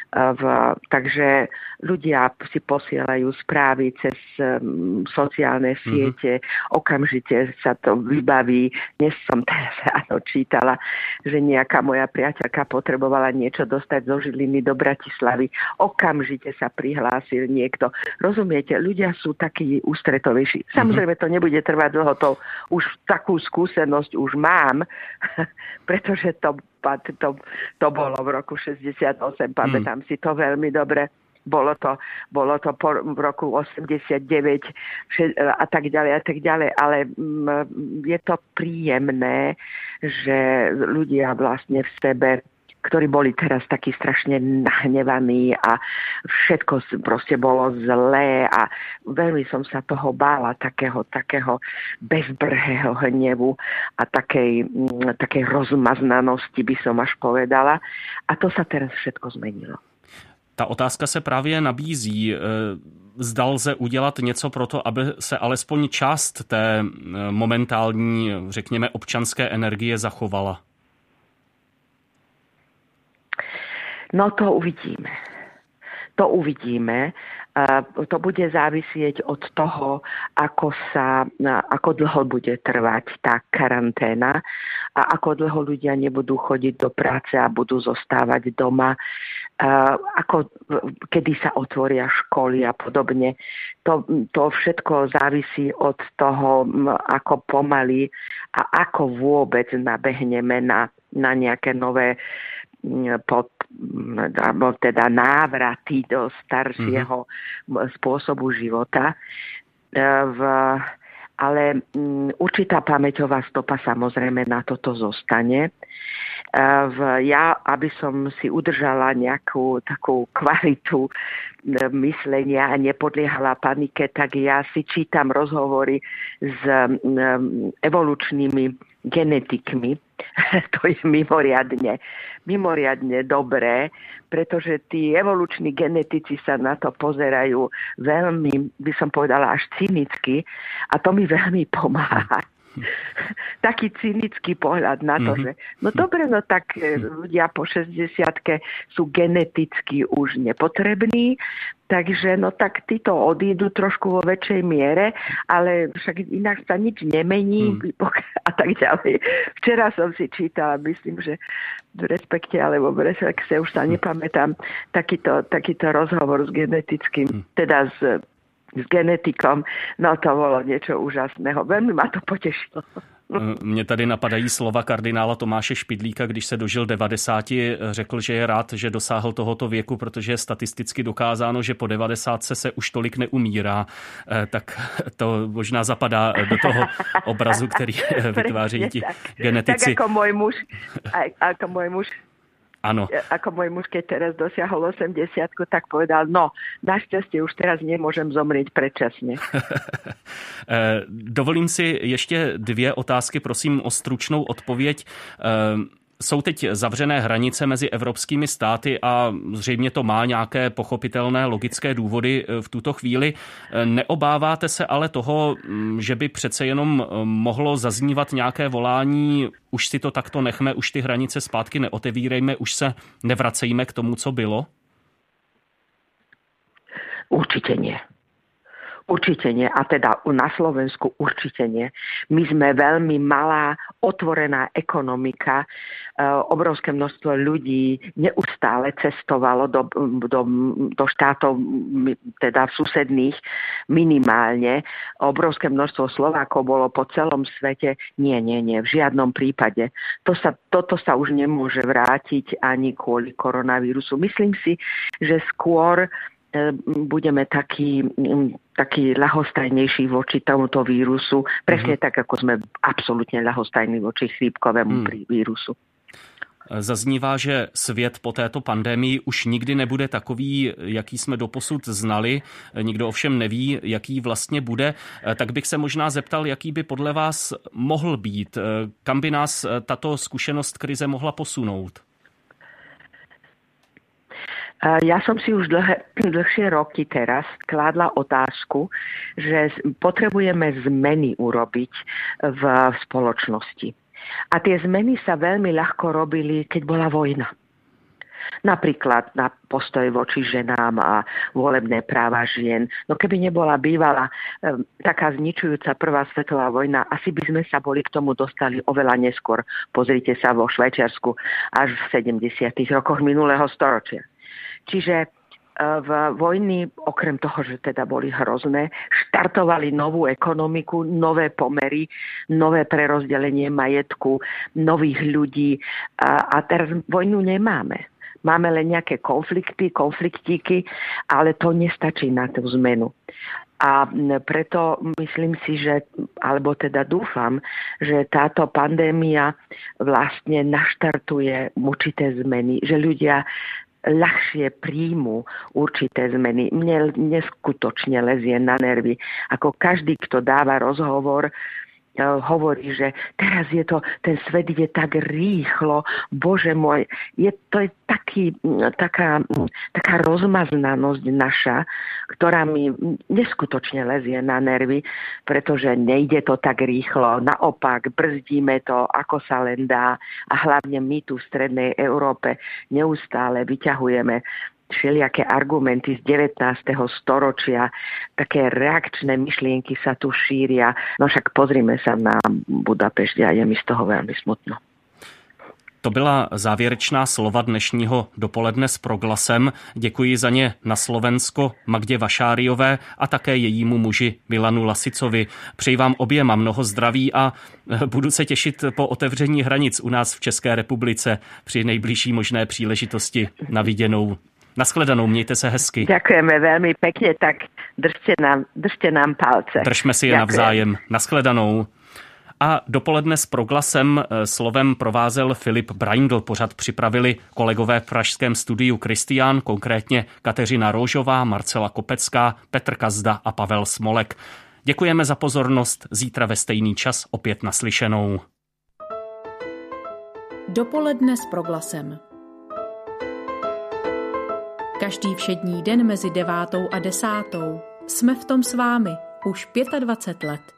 V, takže ľudia si posielajú správy cez um, sociálne siete, mm-hmm. okamžite sa to vybaví. Dnes som teraz ráno čítala, že nejaká moja priateľka potrebovala niečo dostať zo Žiliny do Bratislavy. Okamžite sa prihlásil niekto. Rozumiete, ľudia sú takí ústretovejší. Samozrejme, to nebude trvať dlho, to už takú skúsenosť už mám, pretože to To, to bolo v roku šesťdesiatosem, pamätám mm. si to veľmi dobre. Bolo to, bolo to po, v roku osemdesiatdeväť a tak ďalej a tak ďalej, ale mm, je to príjemné, že ľudia vlastne v sebe, ktorí boli teraz takí strašne nahnevaní a všetko proste bolo zlé a veľmi som sa toho bála, takého, takého bezbrhého hnevu a takej, takej rozmaznanosti, by som až povedala. A to sa teraz všetko zmenilo. Ta otázka se právě nabízí. Zda lze udělat něco pro to, aby se alespoň část té momentální, řekněme, občanské energie zachovala? No to uvidíme. To uvidíme. To bude závisieť od toho, ako sa, ako dlho bude trvať tá karanténa a ako dlho ľudia nebudú chodiť do práce a budú zostávať doma. Ako, kedy sa otvoria školy a podobne. To, to všetko závisí od toho, ako pomaly a ako vôbec nabehneme na, na nejaké nové pod, alebo teda návraty do staršieho mm-hmm. spôsobu života. V, ale um, určitá pamäťová stopa samozrejme na toto zostane. V, ja, aby som si udržala nejakú takú kvalitu myslenia a nepodliehala panike, tak ja si čítam rozhovory s um, evolučnými genetikmi. To je mimoriadne, mimoriadne dobré, pretože tí evoluční genetici sa na to pozerajú veľmi, by som povedala, až cynicky a to mi veľmi pomáha. Taký cynický pohľad na to, mm-hmm. že no dobre, no tak ľudia po šesťdesiatke sú geneticky už nepotrební, takže no tak títo odídu trošku vo väčšej miere, ale však inak sa nič nemení mm. a tak ďalej. Včera som si čítala, myslím, že v Respekte alebo v Reflexe, už sa nepamätám, takýto, takýto rozhovor s genetickým, mm. teda s s genetikom, no to bolo niečo úžasného. Veľmi ma to potešilo. Mně tady napadají slova kardinála Tomáše Špidlíka, když se dožil devadesáti, řekl, že je rád, že dosáhl tohoto věku, protože je statisticky dokázáno, že po devadesátce se už tolik neumírá. Tak to možná zapadá do toho obrazu, který vytvářejí ti genetici. Tak jako můj muž, jako můj muž Áno. Ako môj muž, keď teraz dosiahol osemdesiatku, tak povedal, no, našťastie už teraz nemôžem zomrieť predčasne. Dovolím si ještě dvě otázky, prosím o stručnou odpověď. Jsou teď zavřené hranice mezi evropskými státy a zřejmě to má nějaké pochopitelné logické důvody v tuto chvíli. Neobáváte se ale toho, že by přece jenom mohlo zaznívat nějaké volání, už si to takto nechme, už ty hranice zpátky neotevírejme, už se nevracejme k tomu, co bylo? Určite nie. Určite nie. A teda na Slovensku určite nie. My sme veľmi malá, otvorená ekonomika. E, obrovské množstvo ľudí neustále cestovalo do, do, do štátov, teda susedných minimálne. Obrovské množstvo Slovákov bolo po celom svete. Nie, nie, nie. V žiadnom prípade. To sa, toto sa už nemôže vrátiť ani kvôli koronavírusu. Myslím si, že skôr budeme taký, taký ľahostajnejší voči tomuto vírusu. Presne mm-hmm. tak, ako sme absolútne ľahostajní voči chrípkovému mm. vírusu. Zaznívá, že svět po této pandemii už nikdy nebude takový, jaký jsme doposud znali. Nikdo ovšem neví, jaký vlastně bude. Tak bych se možná zeptal, jaký by podle vás mohl být. Kam by nás tato zkušenost krize mohla posunout? Ja som si už dlhé, dlhšie roky teraz kládla otázku, že potrebujeme zmeny urobiť v spoločnosti. A tie zmeny sa veľmi ľahko robili, keď bola vojna. Napríklad na postoj voči ženám a volebné práva žien. No keby nebola bývala um, taká zničujúca prvá svetová vojna, asi by sme sa boli k tomu dostali oveľa neskôr. Pozrite sa vo Švajčiarsku až v sedemdesiatych rokoch minulého storočia. Čiže v vojny, okrem toho, že teda boli hrozné, štartovali novú ekonomiku, nové pomery, nové prerozdelenie majetku, nových ľudí a, a teraz vojnu nemáme. Máme len nejaké konflikty, konfliktíky, ale to nestačí na tú zmenu. A preto myslím si, že, alebo teda dúfam, že táto pandémia vlastne naštartuje určité zmeny, že ľudia ľahšie príjmu určité zmeny. Mne neskutočne lezie na nervy. Ako každý, kto dáva rozhovor, hovorí, že teraz je to, ten svet ide tak rýchlo, bože môj, je, to je taký, taká, taká rozmaznanosť naša, ktorá mi neskutočne lezie na nervy, pretože nejde to tak rýchlo, naopak brzdíme to, ako sa len dá a hlavne my tu v strednej Európe neustále vyťahujeme všelijaké argumenty z devätnásteho storočia, také reakčné myšlienky sa tu šíria. No však pozrime sa na Budapešť a je mi z toho veľmi smutno. To byla závěrečná slova dnešního dopoledne s Proglasem. Děkuji za ně na Slovensko Magdě Vašáriové a také jejímu muži Milanu Lasicovi. Přeji vám oběma mnoho zdraví a budu se těšit po otevření hranic u nás v České republice při nejbližší možné příležitosti. Na viděnou. Naschledanou, mějte se hezky. Ďakujeme veľmi pekne, tak držte nám, držte nám palce. Držme si je Ďakujem. Navzájem. Naschledanou. A dopoledne s Proglasem slovem provázel Filip Braindl. Pořad připravili kolegové v pražském studiu Kristián, konkrétně Kateřina Róžová, Marcela Kopecká, Petr Kazda a Pavel Smolek. Děkujeme za pozornost. Zítra ve stejný čas opět naslyšenou. Dopoledne s Proglasem. Každý všední den mezi devátou a desátou jsme v tom s vámi už dvacet pět let.